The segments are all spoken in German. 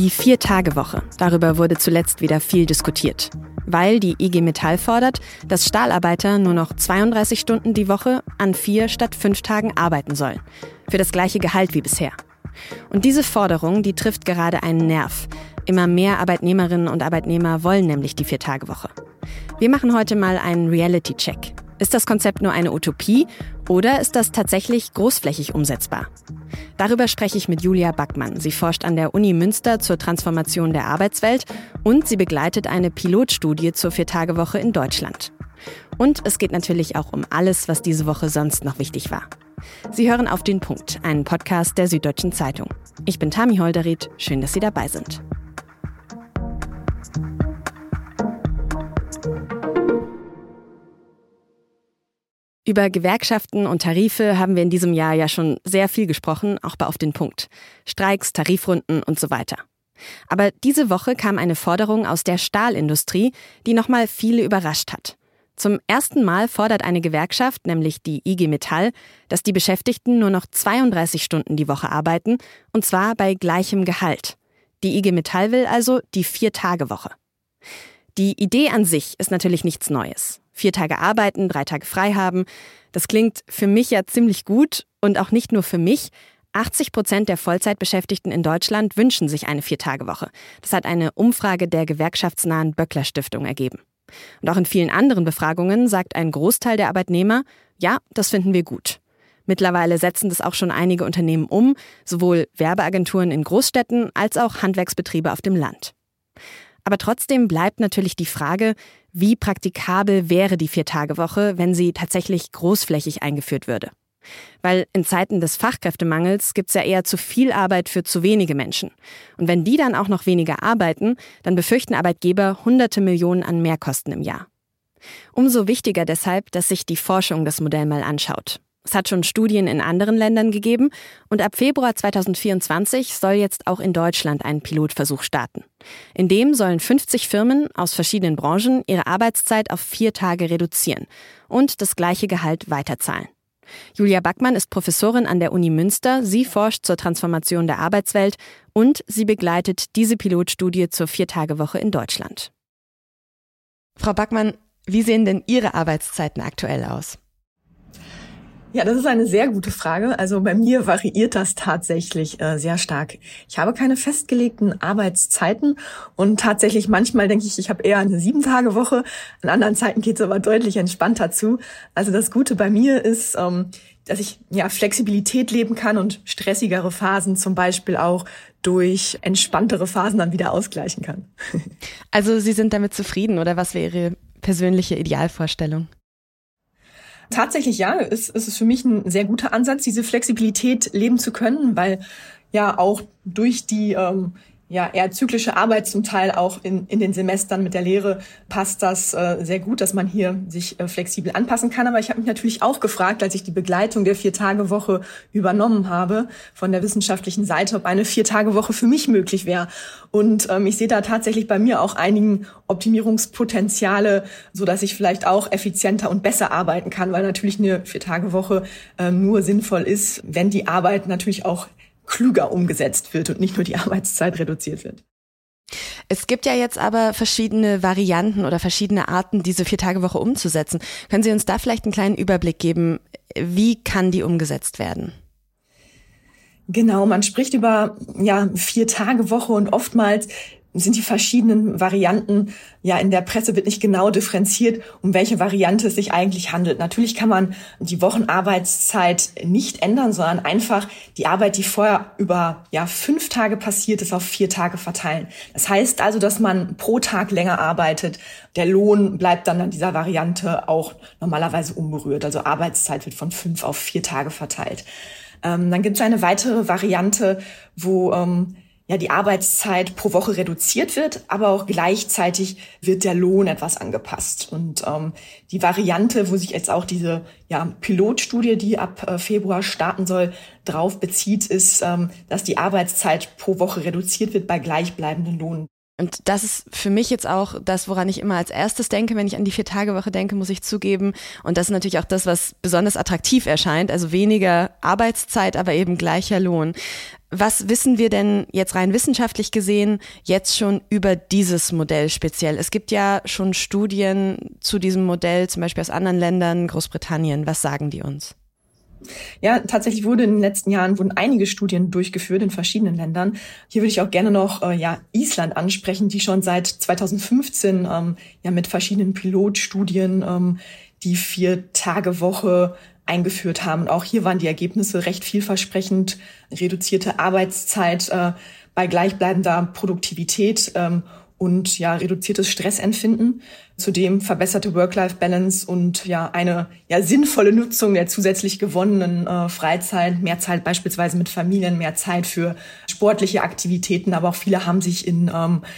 Die 4-Tage-Woche, darüber wurde zuletzt wieder viel diskutiert. Weil die IG Metall fordert, dass Stahlarbeiter nur noch 32 Stunden die Woche an 4 statt 5 Tagen arbeiten sollen. Für das gleiche Gehalt wie bisher. Und diese Forderung, die trifft gerade einen Nerv. Immer mehr Arbeitnehmerinnen und Arbeitnehmer wollen nämlich die 4-Tage-Woche. Wir machen heute mal einen Reality-Check. Ist das Konzept nur eine Utopie oder ist das tatsächlich großflächig umsetzbar? Darüber spreche ich mit Julia Backmann. Sie forscht an der Uni Münster zur Transformation der Arbeitswelt und sie begleitet eine Pilotstudie zur 4-Tage-Woche in Deutschland. Und es geht natürlich auch um alles, was diese Woche sonst noch wichtig war. Sie hören auf den Punkt, einen Podcast der Süddeutschen Zeitung. Ich bin Tami Holderried, schön, dass Sie dabei sind. Über Gewerkschaften und Tarife haben wir in diesem Jahr ja schon sehr viel gesprochen, auch bei Auf den Punkt. Streiks, Tarifrunden und so weiter. Aber diese Woche kam eine Forderung aus der Stahlindustrie, die nochmal viele überrascht hat. Zum ersten Mal fordert eine Gewerkschaft, nämlich die IG Metall, dass die Beschäftigten nur noch 32 Stunden die Woche arbeiten, und zwar bei gleichem Gehalt. Die IG Metall will also die 4-Tage-Woche. Die Idee an sich ist natürlich nichts Neues. 4 Tage arbeiten, 3 Tage frei haben. Das klingt für mich ja ziemlich gut und auch nicht nur für mich. 80% der Vollzeitbeschäftigten in Deutschland wünschen sich eine 4-Tage-Woche. Das hat eine Umfrage der gewerkschaftsnahen Böckler-Stiftung ergeben. Und auch in vielen anderen Befragungen sagt ein Großteil der Arbeitnehmer, ja, das finden wir gut. Mittlerweile setzen das auch schon einige Unternehmen um, sowohl Werbeagenturen in Großstädten als auch Handwerksbetriebe auf dem Land. Aber trotzdem bleibt natürlich die Frage, wie praktikabel wäre die 4-Tage-Woche, wenn sie tatsächlich großflächig eingeführt würde. Weil in Zeiten des Fachkräftemangels gibt es ja eher zu viel Arbeit für zu wenige Menschen. Und wenn die dann auch noch weniger arbeiten, dann befürchten Arbeitgeber hunderte Millionen an Mehrkosten im Jahr. Umso wichtiger deshalb, dass sich die Forschung das Modell mal anschaut. Es hat schon Studien in anderen Ländern gegeben und ab Februar 2024 soll jetzt auch in Deutschland ein Pilotversuch starten. In dem sollen 50 Firmen aus verschiedenen Branchen ihre Arbeitszeit auf 4 Tage reduzieren und das gleiche Gehalt weiterzahlen. Julia Backmann ist Professorin an der Uni Münster. Sie forscht zur Transformation der Arbeitswelt und sie begleitet diese Pilotstudie zur 4-Tage-Woche in Deutschland. Frau Backmann, wie sehen denn Ihre Arbeitszeiten aktuell aus? Ja, das ist eine sehr gute Frage. Also bei mir variiert das tatsächlich sehr stark. Ich habe keine festgelegten Arbeitszeiten und tatsächlich manchmal denke ich habe eher eine 7-Tage-Woche. An anderen Zeiten geht es aber deutlich entspannter zu. Also das Gute bei mir ist, dass ich Flexibilität leben kann und stressigere Phasen zum Beispiel auch durch entspanntere Phasen dann wieder ausgleichen kann. Also Sie sind damit zufrieden oder was wäre Ihre persönliche Idealvorstellung? Tatsächlich ja, es ist für mich ein sehr guter Ansatz, diese Flexibilität leben zu können, weil ja auch durch die eher zyklische Arbeit zum Teil auch in den Semestern mit der Lehre passt das sehr gut, dass man hier sich flexibel anpassen kann. Aber ich habe mich natürlich auch gefragt, als ich die Begleitung der 4-Tage-Woche übernommen habe von der wissenschaftlichen Seite, ob eine 4-Tage-Woche für mich möglich wäre. Und ich sehe da tatsächlich bei mir auch einigen Optimierungspotenziale, so dass ich vielleicht auch effizienter und besser arbeiten kann, weil natürlich eine 4-Tage-Woche nur sinnvoll ist, wenn die Arbeit natürlich auch klüger umgesetzt wird und nicht nur die Arbeitszeit reduziert wird. Es gibt ja jetzt aber verschiedene Varianten oder verschiedene Arten, diese 4-Tage-Woche umzusetzen. Können Sie uns da vielleicht einen kleinen Überblick geben? Wie kann die umgesetzt werden? Genau, man spricht über 4-Tage-Woche und oftmals sind die verschiedenen Varianten, in der Presse wird nicht genau differenziert, um welche Variante es sich eigentlich handelt. Natürlich kann man die Wochenarbeitszeit nicht ändern, sondern einfach die Arbeit, die vorher über 5 Tage passiert ist, auf 4 Tage verteilen. Das heißt also, dass man pro Tag länger arbeitet. Der Lohn bleibt dann an dieser Variante auch normalerweise unberührt. Also Arbeitszeit wird von 5 auf 4 Tage verteilt. Dann gibt es eine weitere Variante, wo die Arbeitszeit pro Woche reduziert wird, aber auch gleichzeitig wird der Lohn etwas angepasst. Und die Variante, wo sich jetzt auch diese Pilotstudie, die ab Februar starten soll, drauf bezieht, ist, dass die Arbeitszeit pro Woche reduziert wird bei gleichbleibendem Lohn. Und das ist für mich jetzt auch das, woran ich immer als erstes denke, wenn ich an die 4-Tage-Woche denke, muss ich zugeben. Und das ist natürlich auch das, was besonders attraktiv erscheint. Also weniger Arbeitszeit, aber eben gleicher Lohn. Was wissen wir denn jetzt rein wissenschaftlich gesehen jetzt schon über dieses Modell speziell? Es gibt ja schon Studien zu diesem Modell, zum Beispiel aus anderen Ländern, Großbritannien. Was sagen die uns? Ja, tatsächlich wurden in den letzten Jahren einige Studien durchgeführt in verschiedenen Ländern. Hier würde ich auch gerne noch Island ansprechen, die schon seit 2015 mit verschiedenen Pilotstudien die 4-Tage-Woche eingeführt haben. Und auch hier waren die Ergebnisse recht vielversprechend. Reduzierte Arbeitszeit bei gleichbleibender Produktivität und reduziertes Stressempfinden, zudem verbesserte Work-Life-Balance und eine sinnvolle Nutzung der zusätzlich gewonnenen Freizeit, mehr Zeit beispielsweise mit Familien, mehr Zeit für sportliche Aktivitäten, aber auch viele haben sich in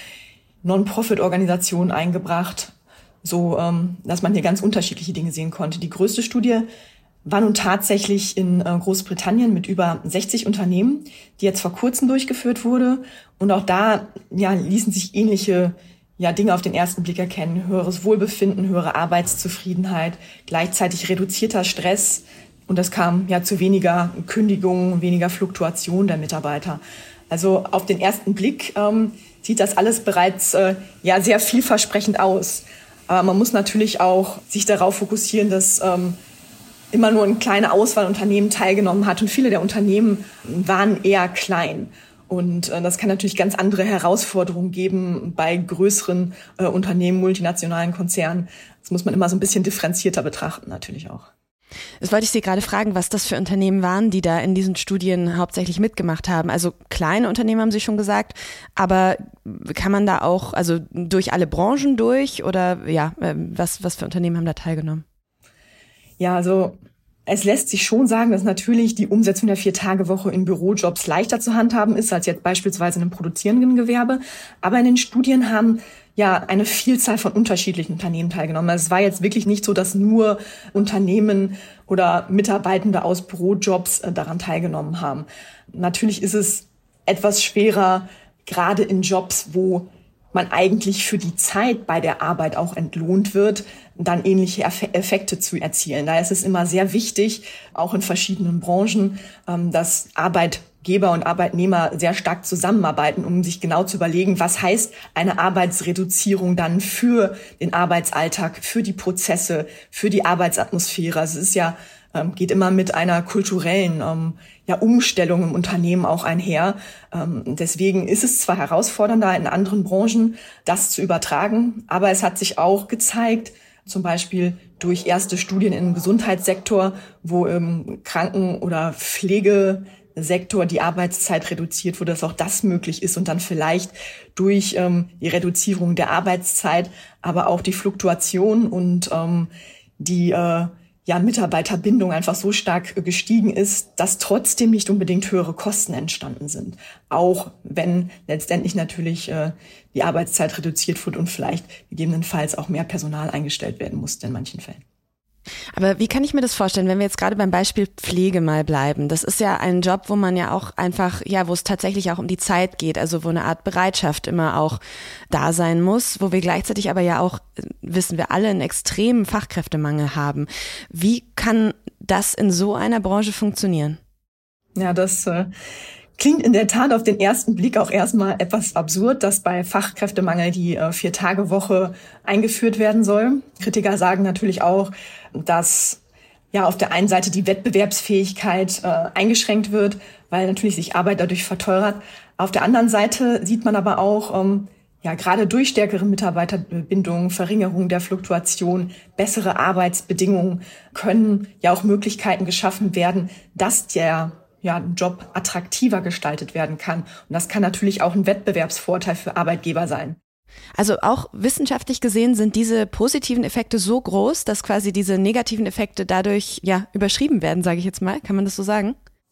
Non-Profit-Organisationen eingebracht, so dass man hier ganz unterschiedliche Dinge sehen konnte. Die größte Studie war nun tatsächlich in Großbritannien mit über 60 Unternehmen, die jetzt vor kurzem durchgeführt wurde. Und auch da ließen sich ähnliche Dinge auf den ersten Blick erkennen. Höheres Wohlbefinden, höhere Arbeitszufriedenheit, gleichzeitig reduzierter Stress. Und das kam zu weniger Kündigungen, weniger Fluktuation der Mitarbeiter. Also auf den ersten Blick sieht das alles bereits sehr vielversprechend aus. Aber man muss natürlich auch sich darauf fokussieren, dass immer nur eine kleine Auswahl Unternehmen teilgenommen hat. Und viele der Unternehmen waren eher klein. Und das kann natürlich ganz andere Herausforderungen geben bei größeren Unternehmen, multinationalen Konzernen. Das muss man immer so ein bisschen differenzierter betrachten, natürlich auch. Das wollte ich Sie gerade fragen, was das für Unternehmen waren, die da in diesen Studien hauptsächlich mitgemacht haben. Also kleine Unternehmen haben Sie schon gesagt, aber kann man da auch, also durch alle Branchen durch oder was für Unternehmen haben da teilgenommen? Ja, also es lässt sich schon sagen, dass natürlich die Umsetzung der 4-Tage-Woche in Bürojobs leichter zu handhaben ist als jetzt beispielsweise in einem produzierenden Gewerbe. Aber in den Studien haben eine Vielzahl von unterschiedlichen Unternehmen teilgenommen. Also es war jetzt wirklich nicht so, dass nur Unternehmen oder Mitarbeitende aus Bürojobs daran teilgenommen haben. Natürlich ist es etwas schwerer, gerade in Jobs, wo man eigentlich für die Zeit bei der Arbeit auch entlohnt wird, dann ähnliche Effekte zu erzielen. Da ist es immer sehr wichtig, auch in verschiedenen Branchen, dass Arbeitgeber und Arbeitnehmer sehr stark zusammenarbeiten, um sich genau zu überlegen, was heißt eine Arbeitsreduzierung dann für den Arbeitsalltag, für die Prozesse, für die Arbeitsatmosphäre. Also es ist geht immer mit einer kulturellen Umstellung im Unternehmen auch einher. Deswegen ist es zwar herausfordernder in anderen Branchen, das zu übertragen, aber es hat sich auch gezeigt, zum Beispiel durch erste Studien im Gesundheitssektor, wo im Kranken- oder Pflegesektor die Arbeitszeit reduziert wurde, dass auch das möglich ist und dann vielleicht durch die Reduzierung der Arbeitszeit, aber auch die Fluktuation und die Mitarbeiterbindung einfach so stark gestiegen ist, dass trotzdem nicht unbedingt höhere Kosten entstanden sind. Auch wenn letztendlich natürlich die Arbeitszeit reduziert wurde und vielleicht gegebenenfalls auch mehr Personal eingestellt werden musste in manchen Fällen. Aber wie kann ich mir das vorstellen, wenn wir jetzt gerade beim Beispiel Pflege mal bleiben? Das ist ja ein Job, wo man ja auch einfach, wo es tatsächlich auch um die Zeit geht, also wo eine Art Bereitschaft immer auch da sein muss, wo wir gleichzeitig aber ja auch, wissen wir alle, einen extremen Fachkräftemangel haben. Wie kann das in so einer Branche funktionieren? Ja, das klingt in der Tat auf den ersten Blick auch erstmal etwas absurd, dass bei Fachkräftemangel die 4-Tage-Woche eingeführt werden soll. Kritiker sagen natürlich auch, dass auf der einen Seite die Wettbewerbsfähigkeit eingeschränkt wird, weil natürlich sich Arbeit dadurch verteuert. Auf der anderen Seite sieht man aber auch, gerade durch stärkere Mitarbeiterbindung, Verringerung der Fluktuation, bessere Arbeitsbedingungen können auch Möglichkeiten geschaffen werden, dass der Job attraktiver gestaltet werden kann. Und das kann natürlich auch ein Wettbewerbsvorteil für Arbeitgeber sein. Also auch wissenschaftlich gesehen sind diese positiven Effekte so groß, dass quasi diese negativen Effekte dadurch überschrieben werden, sage ich jetzt mal. Kann man das so sagen?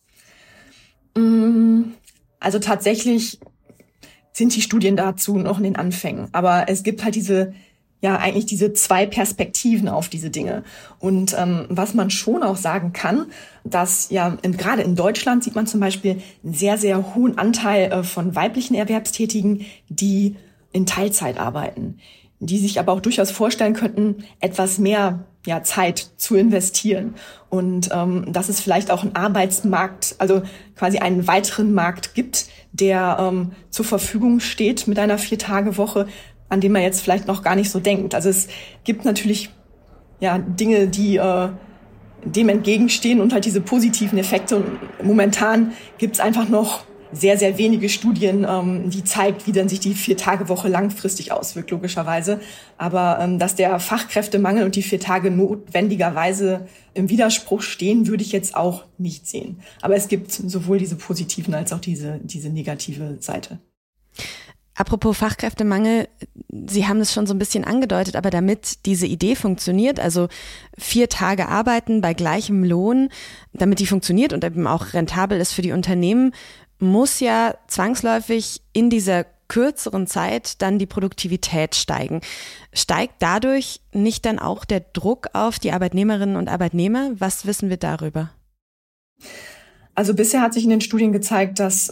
Also tatsächlich sind die Studien dazu noch in den Anfängen. Aber es gibt halt diese zwei Perspektiven auf diese Dinge. Und was man schon auch sagen kann, dass gerade in Deutschland sieht man zum Beispiel einen sehr, sehr hohen Anteil von weiblichen Erwerbstätigen, die in Teilzeit arbeiten, die sich aber auch durchaus vorstellen könnten, etwas mehr Zeit zu investieren. Und dass es vielleicht auch einen Arbeitsmarkt, also quasi einen weiteren Markt gibt, der zur Verfügung steht mit einer 4-Tage-Woche, an dem man jetzt vielleicht noch gar nicht so denkt. Also es gibt natürlich Dinge, die dem entgegenstehen und halt diese positiven Effekte. Und momentan gibt's einfach noch sehr, sehr wenige Studien, die zeigt, wie dann sich die 4-Tage-Woche langfristig auswirkt, logischerweise. Aber dass der Fachkräftemangel und die 4 Tage notwendigerweise im Widerspruch stehen, würde ich jetzt auch nicht sehen. Aber es gibt sowohl diese positiven als auch diese negative Seite. Apropos Fachkräftemangel, Sie haben es schon so ein bisschen angedeutet, aber damit diese Idee funktioniert, also 4 Tage arbeiten bei gleichem Lohn, damit die funktioniert und eben auch rentabel ist für die Unternehmen, muss ja zwangsläufig in dieser kürzeren Zeit dann die Produktivität steigen. Steigt dadurch nicht dann auch der Druck auf die Arbeitnehmerinnen und Arbeitnehmer? Was wissen wir darüber? Also bisher hat sich in den Studien gezeigt, dass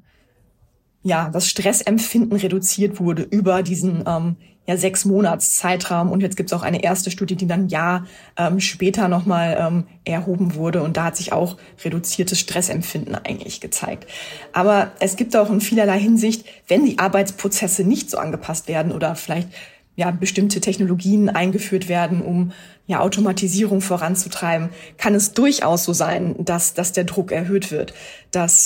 das Stressempfinden reduziert wurde über diesen 6-Monats-Zeitraum. Und jetzt gibt es auch eine erste Studie, die dann ein Jahr später nochmal erhoben wurde. Und da hat sich auch reduziertes Stressempfinden eigentlich gezeigt. Aber es gibt auch in vielerlei Hinsicht, wenn die Arbeitsprozesse nicht so angepasst werden oder vielleicht bestimmte Technologien eingeführt werden, um Automatisierung voranzutreiben, kann es durchaus so sein, dass der Druck erhöht wird. Dass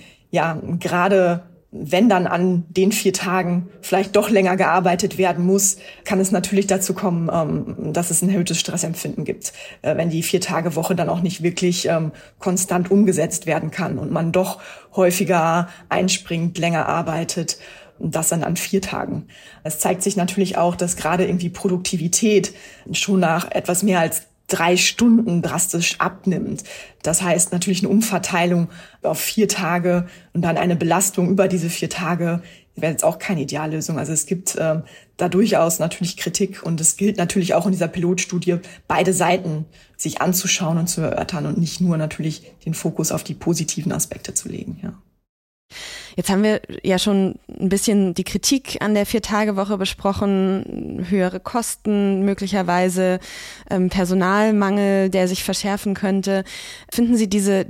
gerade wenn dann an den 4 Tagen vielleicht doch länger gearbeitet werden muss, kann es natürlich dazu kommen, dass es ein erhöhtes Stressempfinden gibt, wenn die 4-Tage-Woche dann auch nicht wirklich konstant umgesetzt werden kann und man doch häufiger einspringt, länger arbeitet. Und das dann an 4 Tagen. Es zeigt sich natürlich auch, dass gerade irgendwie Produktivität schon nach etwas mehr als 3 Stunden drastisch abnimmt. Das heißt natürlich eine Umverteilung auf 4 Tage und dann eine Belastung über diese 4 Tage wäre jetzt auch keine Ideallösung. Also es gibt da durchaus natürlich Kritik und es gilt natürlich auch in dieser Pilotstudie, beide Seiten sich anzuschauen und zu erörtern und nicht nur natürlich den Fokus auf die positiven Aspekte zu legen. Ja. Jetzt haben wir ja schon ein bisschen die Kritik an der 4-Tage-Woche besprochen, höhere Kosten möglicherweise, Personalmangel, der sich verschärfen könnte. Finden Sie diese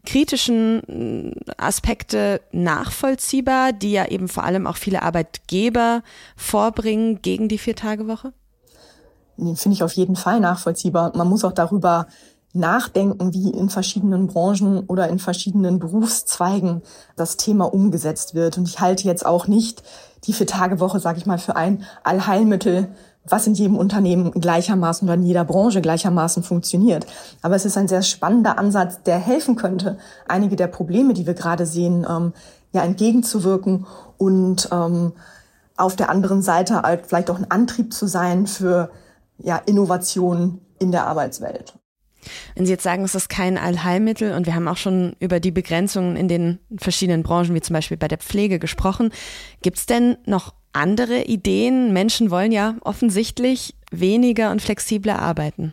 kritischen Aspekte nachvollziehbar, die ja eben vor allem auch viele Arbeitgeber vorbringen gegen die 4-Tage-Woche? Finde ich auf jeden Fall nachvollziehbar. Man muss auch darüber nachdenken, wie in verschiedenen Branchen oder in verschiedenen Berufszweigen das Thema umgesetzt wird. Und ich halte jetzt auch nicht die 4-Tage-Woche, sage ich mal, für ein Allheilmittel, was in jedem Unternehmen gleichermaßen oder in jeder Branche gleichermaßen funktioniert. Aber es ist ein sehr spannender Ansatz, der helfen könnte, einige der Probleme, die wir gerade sehen, entgegenzuwirken und auf der anderen Seite halt vielleicht auch ein Antrieb zu sein für Innovation in der Arbeitswelt. Wenn Sie jetzt sagen, es ist kein Allheilmittel und wir haben auch schon über die Begrenzungen in den verschiedenen Branchen, wie zum Beispiel bei der Pflege, gesprochen, gibt es denn noch andere Ideen? Menschen wollen ja offensichtlich weniger und flexibler arbeiten.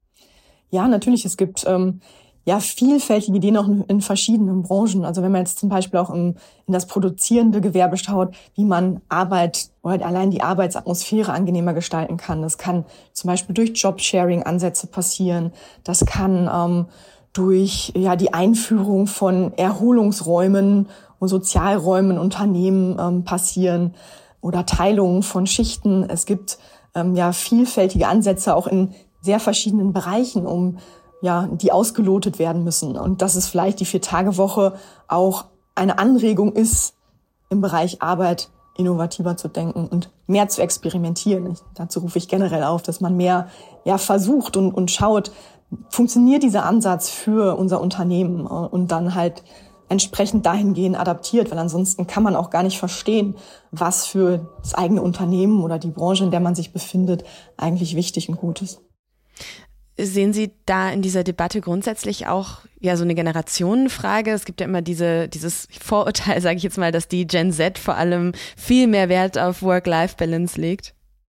Ja, natürlich. Es gibt vielfältige Ideen auch in verschiedenen Branchen. Also wenn man jetzt zum Beispiel auch in das produzierende Gewerbe schaut, wie man Arbeit oder allein die Arbeitsatmosphäre angenehmer gestalten kann. Das kann zum Beispiel durch Jobsharing-Ansätze passieren. Das kann durch die Einführung von Erholungsräumen und Sozialräumen in Unternehmen passieren oder Teilungen von Schichten. Es gibt vielfältige Ansätze auch in sehr verschiedenen Bereichen, die ausgelotet werden müssen. Und dass es vielleicht die 4-Tage-Woche auch eine Anregung ist, im Bereich Arbeit innovativer zu denken und mehr zu experimentieren. Dazu rufe ich generell auf, dass man mehr versucht und schaut, funktioniert dieser Ansatz für unser Unternehmen und dann halt entsprechend dahingehend adaptiert, weil ansonsten kann man auch gar nicht verstehen, was für das eigene Unternehmen oder die Branche, in der man sich befindet, eigentlich wichtig und gut ist. Sehen Sie da in dieser Debatte grundsätzlich auch so eine Generationenfrage? Es gibt ja immer dieses Vorurteil, sage ich jetzt mal, dass die Gen Z vor allem viel mehr Wert auf Work-Life-Balance legt.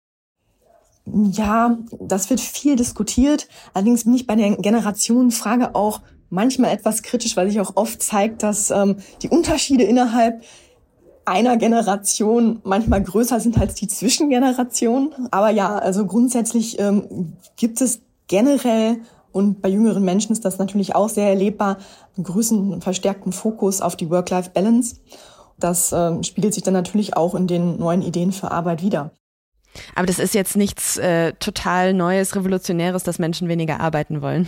Ja, das wird viel diskutiert. Allerdings bin ich bei der Generationenfrage auch manchmal etwas kritisch, weil sich auch oft zeigt, dass die Unterschiede innerhalb einer Generation manchmal größer sind als die Zwischengenerationen. Aber ja, also grundsätzlich gibt es generell, und bei jüngeren Menschen ist das natürlich auch sehr erlebbar, einen größeren, verstärkten Fokus auf die Work-Life-Balance. Das spiegelt sich dann natürlich auch in den neuen Ideen für Arbeit wider. Aber das ist jetzt nichts total Neues, Revolutionäres, dass Menschen weniger arbeiten wollen.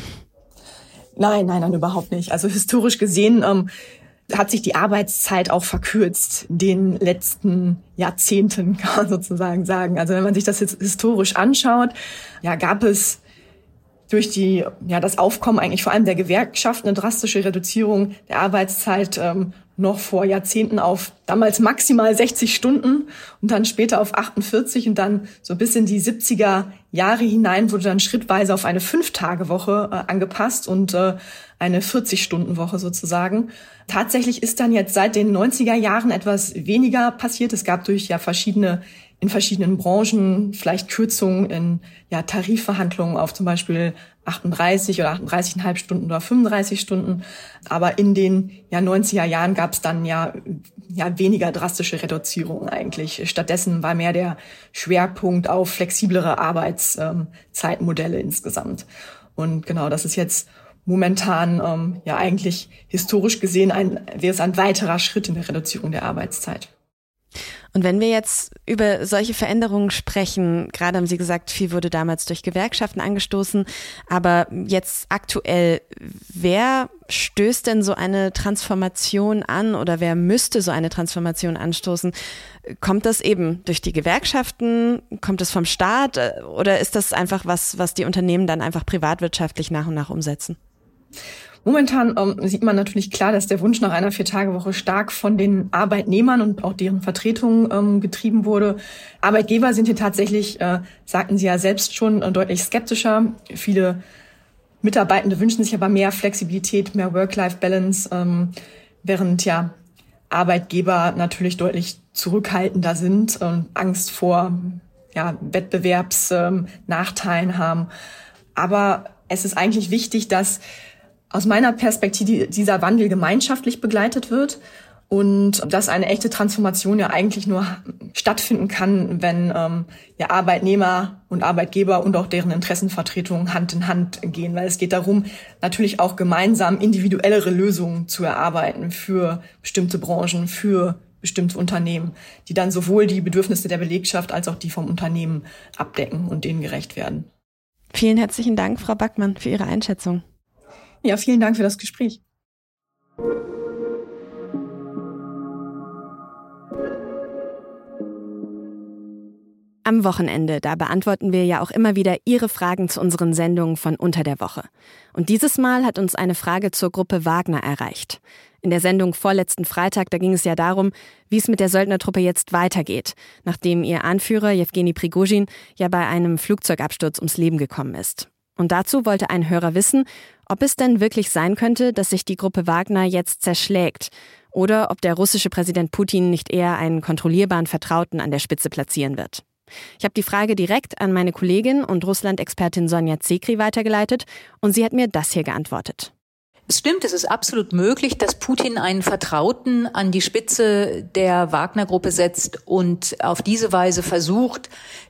Nein, überhaupt nicht. Also historisch gesehen hat sich die Arbeitszeit auch verkürzt in den letzten Jahrzehnten, kann man sozusagen sagen. Also wenn man sich das jetzt historisch anschaut, ja, gab es durch das Aufkommen eigentlich vor allem der Gewerkschaften eine drastische Reduzierung der Arbeitszeit noch vor Jahrzehnten auf damals maximal 60 Stunden und dann später auf 48 und dann so bis in die 70er Jahre hinein wurde dann schrittweise auf eine 5-Tage-Woche angepasst und eine 40-Stunden-Woche sozusagen. Tatsächlich ist dann jetzt seit den 90er Jahren etwas weniger passiert. Es gab durch in verschiedenen Branchen vielleicht Kürzungen in Tarifverhandlungen auf zum Beispiel 38 oder 38,5 Stunden oder 35 Stunden. Aber in den 90er Jahren gab es dann weniger drastische Reduzierungen eigentlich. Stattdessen war mehr der Schwerpunkt auf flexiblere Arbeitszeitmodelle insgesamt. Und genau, das ist jetzt momentan eigentlich historisch gesehen wäre es ein weiterer Schritt in der Reduzierung der Arbeitszeit. Und wenn wir jetzt über solche Veränderungen sprechen, gerade haben Sie gesagt, viel wurde damals durch Gewerkschaften angestoßen, aber jetzt aktuell, wer stößt denn so eine Transformation an oder wer müsste so eine Transformation anstoßen? Kommt das eben durch die Gewerkschaften? Kommt es vom Staat? Oder ist das einfach was die Unternehmen dann einfach privatwirtschaftlich nach und nach umsetzen? Momentan sieht man natürlich klar, dass der Wunsch nach einer 4-Tage-Woche stark von den Arbeitnehmern und auch deren Vertretungen getrieben wurde. Arbeitgeber sind hier tatsächlich, sagten Sie ja selbst schon, deutlich skeptischer. Viele Mitarbeitende wünschen sich aber mehr Flexibilität, mehr Work-Life-Balance, während Arbeitgeber natürlich deutlich zurückhaltender sind und Angst vor Wettbewerbsnachteilen haben. Aber es ist eigentlich wichtig, dass aus meiner Perspektive dieser Wandel gemeinschaftlich begleitet wird und dass eine echte Transformation ja eigentlich nur stattfinden kann, wenn Arbeitnehmer und Arbeitgeber und auch deren Interessenvertretungen Hand in Hand gehen. Weil es geht darum, natürlich auch gemeinsam individuellere Lösungen zu erarbeiten für bestimmte Branchen, für bestimmte Unternehmen, die dann sowohl die Bedürfnisse der Belegschaft als auch die vom Unternehmen abdecken und denen gerecht werden. Vielen herzlichen Dank, Frau Backmann, für Ihre Einschätzung. Ja, vielen Dank für das Gespräch. Am Wochenende, da beantworten wir ja auch immer wieder Ihre Fragen zu unseren Sendungen von unter der Woche. Und dieses Mal hat uns eine Frage zur Gruppe Wagner erreicht. In der Sendung vorletzten Freitag, da ging es ja darum, wie es mit der Söldnertruppe jetzt weitergeht, nachdem ihr Anführer Jewgeni Prigozhin ja bei einem Flugzeugabsturz ums Leben gekommen ist. Und dazu wollte ein Hörer wissen, ob es denn wirklich sein könnte, dass sich die Gruppe Wagner jetzt zerschlägt oder ob der russische Präsident Putin nicht eher einen kontrollierbaren Vertrauten an der Spitze platzieren wird. Ich habe die Frage direkt an meine Kollegin und Russland-Expertin Sonja Zekri weitergeleitet und sie hat mir das hier geantwortet. Es stimmt, es ist absolut möglich, dass Putin einen Vertrauten an die Spitze der Wagner-Gruppe setzt und auf diese Weise versucht,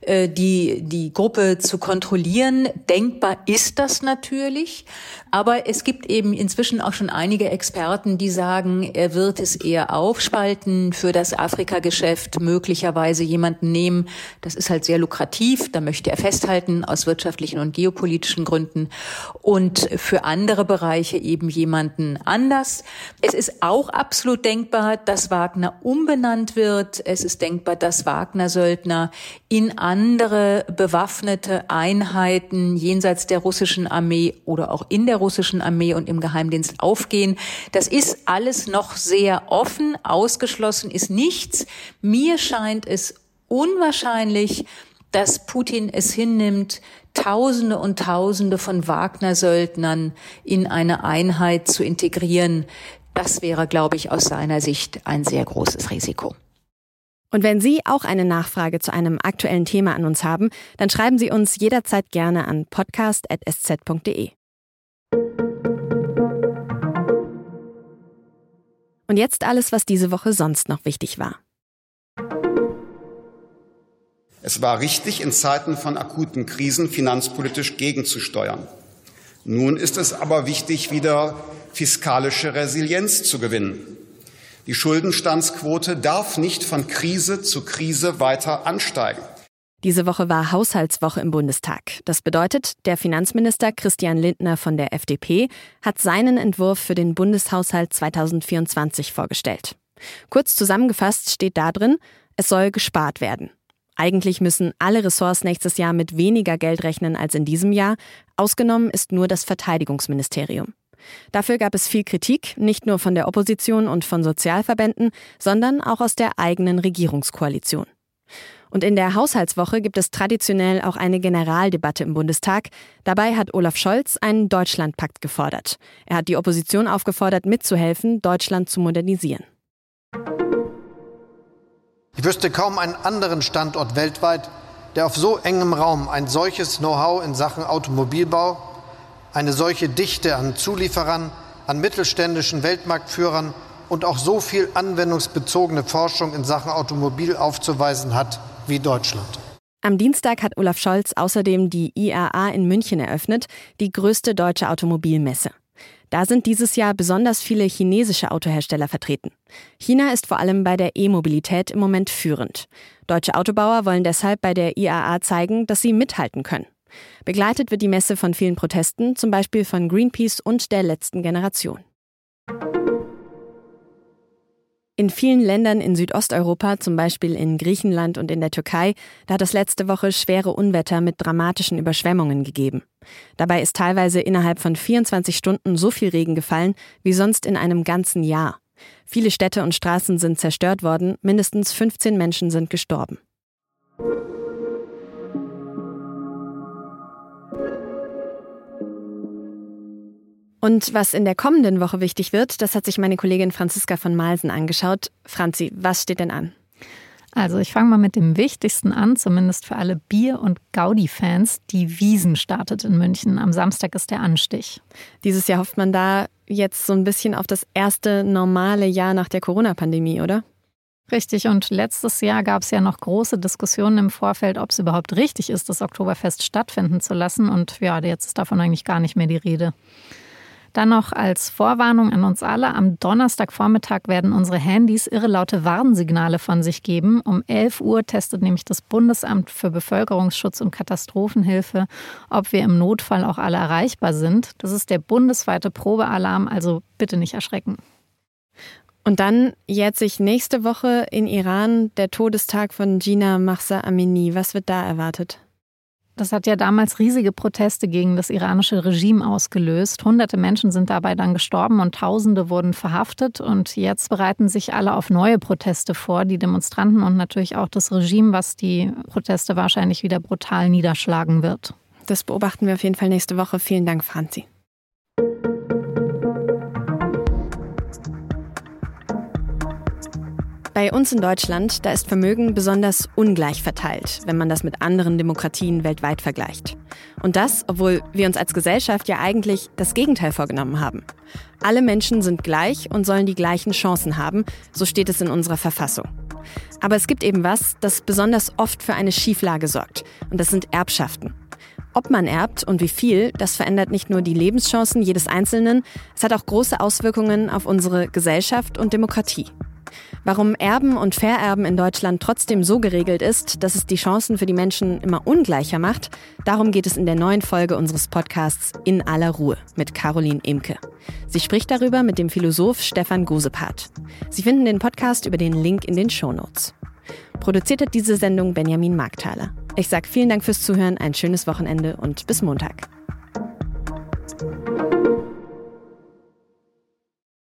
die Gruppe zu kontrollieren. Denkbar ist das natürlich, aber es gibt eben inzwischen auch schon einige Experten, die sagen, er wird es eher aufspalten für das Afrika-Geschäft, möglicherweise jemanden nehmen. Das ist halt sehr lukrativ, da möchte er festhalten aus wirtschaftlichen und geopolitischen Gründen und für andere Bereiche eben jemanden anders. Es ist auch absolut denkbar, dass Wagner umbenannt wird. Es ist denkbar, dass Wagner-Söldner in andere bewaffnete Einheiten jenseits der russischen Armee oder auch in der russischen Armee und im Geheimdienst aufgehen. Das ist alles noch sehr offen. Ausgeschlossen ist nichts. Mir scheint es unwahrscheinlich, dass Putin es hinnimmt, Tausende und Tausende von Wagner-Söldnern in eine Einheit zu integrieren. Das wäre, glaube ich, aus seiner Sicht ein sehr großes Risiko. Und wenn Sie auch eine Nachfrage zu einem aktuellen Thema an uns haben, dann schreiben Sie uns jederzeit gerne an podcast@sz.de. Und jetzt alles, was diese Woche sonst noch wichtig war. Es war richtig, in Zeiten von akuten Krisen finanzpolitisch gegenzusteuern. Nun ist es aber wichtig, wieder fiskalische Resilienz zu gewinnen. Die Schuldenstandsquote darf nicht von Krise zu Krise weiter ansteigen. Diese Woche war Haushaltswoche im Bundestag. Das bedeutet, der Finanzminister Christian Lindner von der FDP hat seinen Entwurf für den Bundeshaushalt 2024 vorgestellt. Kurz zusammengefasst steht da drin, es soll gespart werden. Eigentlich müssen alle Ressorts nächstes Jahr mit weniger Geld rechnen als in diesem Jahr. Ausgenommen ist nur das Verteidigungsministerium. Dafür gab es viel Kritik, nicht nur von der Opposition und von Sozialverbänden, sondern auch aus der eigenen Regierungskoalition. Und in der Haushaltswoche gibt es traditionell auch eine Generaldebatte im Bundestag. Dabei hat Olaf Scholz einen Deutschlandpakt gefordert. Er hat die Opposition aufgefordert, mitzuhelfen, Deutschland zu modernisieren. Ich wüsste kaum einen anderen Standort weltweit, der auf so engem Raum ein solches Know-how in Sachen Automobilbau, eine solche Dichte an Zulieferern, an mittelständischen Weltmarktführern und auch so viel anwendungsbezogene Forschung in Sachen Automobil aufzuweisen hat wie Deutschland. Am Dienstag hat Olaf Scholz außerdem die IAA in München eröffnet, die größte deutsche Automobilmesse. Da sind dieses Jahr besonders viele chinesische Autohersteller vertreten. China ist vor allem bei der E-Mobilität im Moment führend. Deutsche Autobauer wollen deshalb bei der IAA zeigen, dass sie mithalten können. Begleitet wird die Messe von vielen Protesten, zum Beispiel von Greenpeace und der letzten Generation. In vielen Ländern in Südosteuropa, zum Beispiel in Griechenland und in der Türkei, da hat es letzte Woche schwere Unwetter mit dramatischen Überschwemmungen gegeben. Dabei ist teilweise innerhalb von 24 Stunden so viel Regen gefallen wie sonst in einem ganzen Jahr. Viele Städte und Straßen sind zerstört worden, mindestens 15 Menschen sind gestorben. Und was in der kommenden Woche wichtig wird, das hat sich meine Kollegin Franziska von Malsen angeschaut. Franzi, was steht denn an? Also ich fange mal mit dem Wichtigsten an, zumindest für alle Bier- und Gaudi-Fans. Die Wiesn startet in München. Am Samstag ist der Anstich. Dieses Jahr hofft man da jetzt so ein bisschen auf das erste normale Jahr nach der Corona-Pandemie, oder? Richtig, und letztes Jahr gab es ja noch große Diskussionen im Vorfeld, ob es überhaupt richtig ist, das Oktoberfest stattfinden zu lassen. Und ja, jetzt ist davon eigentlich gar nicht mehr die Rede. Dann noch als Vorwarnung an uns alle, am Donnerstagvormittag werden unsere Handys irrelaute Warnsignale von sich geben. Um 11 Uhr testet nämlich das Bundesamt für Bevölkerungsschutz und Katastrophenhilfe, ob wir im Notfall auch alle erreichbar sind. Das ist der bundesweite Probealarm, also bitte nicht erschrecken. Und dann jährt sich nächste Woche in Iran der Todestag von Jina Mahsa Amini. Was wird da erwartet? Das hat ja damals riesige Proteste gegen das iranische Regime ausgelöst. Hunderte Menschen sind dabei dann gestorben und Tausende wurden verhaftet. Und jetzt bereiten sich alle auf neue Proteste vor, die Demonstranten und natürlich auch das Regime, was die Proteste wahrscheinlich wieder brutal niederschlagen wird. Das beobachten wir auf jeden Fall nächste Woche. Vielen Dank, Franzi. Bei uns in Deutschland, da ist Vermögen besonders ungleich verteilt, wenn man das mit anderen Demokratien weltweit vergleicht. Und das, obwohl wir uns als Gesellschaft ja eigentlich das Gegenteil vorgenommen haben. Alle Menschen sind gleich und sollen die gleichen Chancen haben, so steht es in unserer Verfassung. Aber es gibt eben was, das besonders oft für eine Schieflage sorgt. Und das sind Erbschaften. Ob man erbt und wie viel, das verändert nicht nur die Lebenschancen jedes Einzelnen, es hat auch große Auswirkungen auf unsere Gesellschaft und Demokratie. Warum Erben und Vererben in Deutschland trotzdem so geregelt ist, dass es die Chancen für die Menschen immer ungleicher macht, darum geht es in der neuen Folge unseres Podcasts In aller Ruhe mit Caroline Imke. Sie spricht darüber mit dem Philosoph Stefan Gosepart. Sie finden den Podcast über den Link in den Shownotes. Produziert hat diese Sendung Benjamin Markthaler. Ich sage vielen Dank fürs Zuhören, ein schönes Wochenende und bis Montag.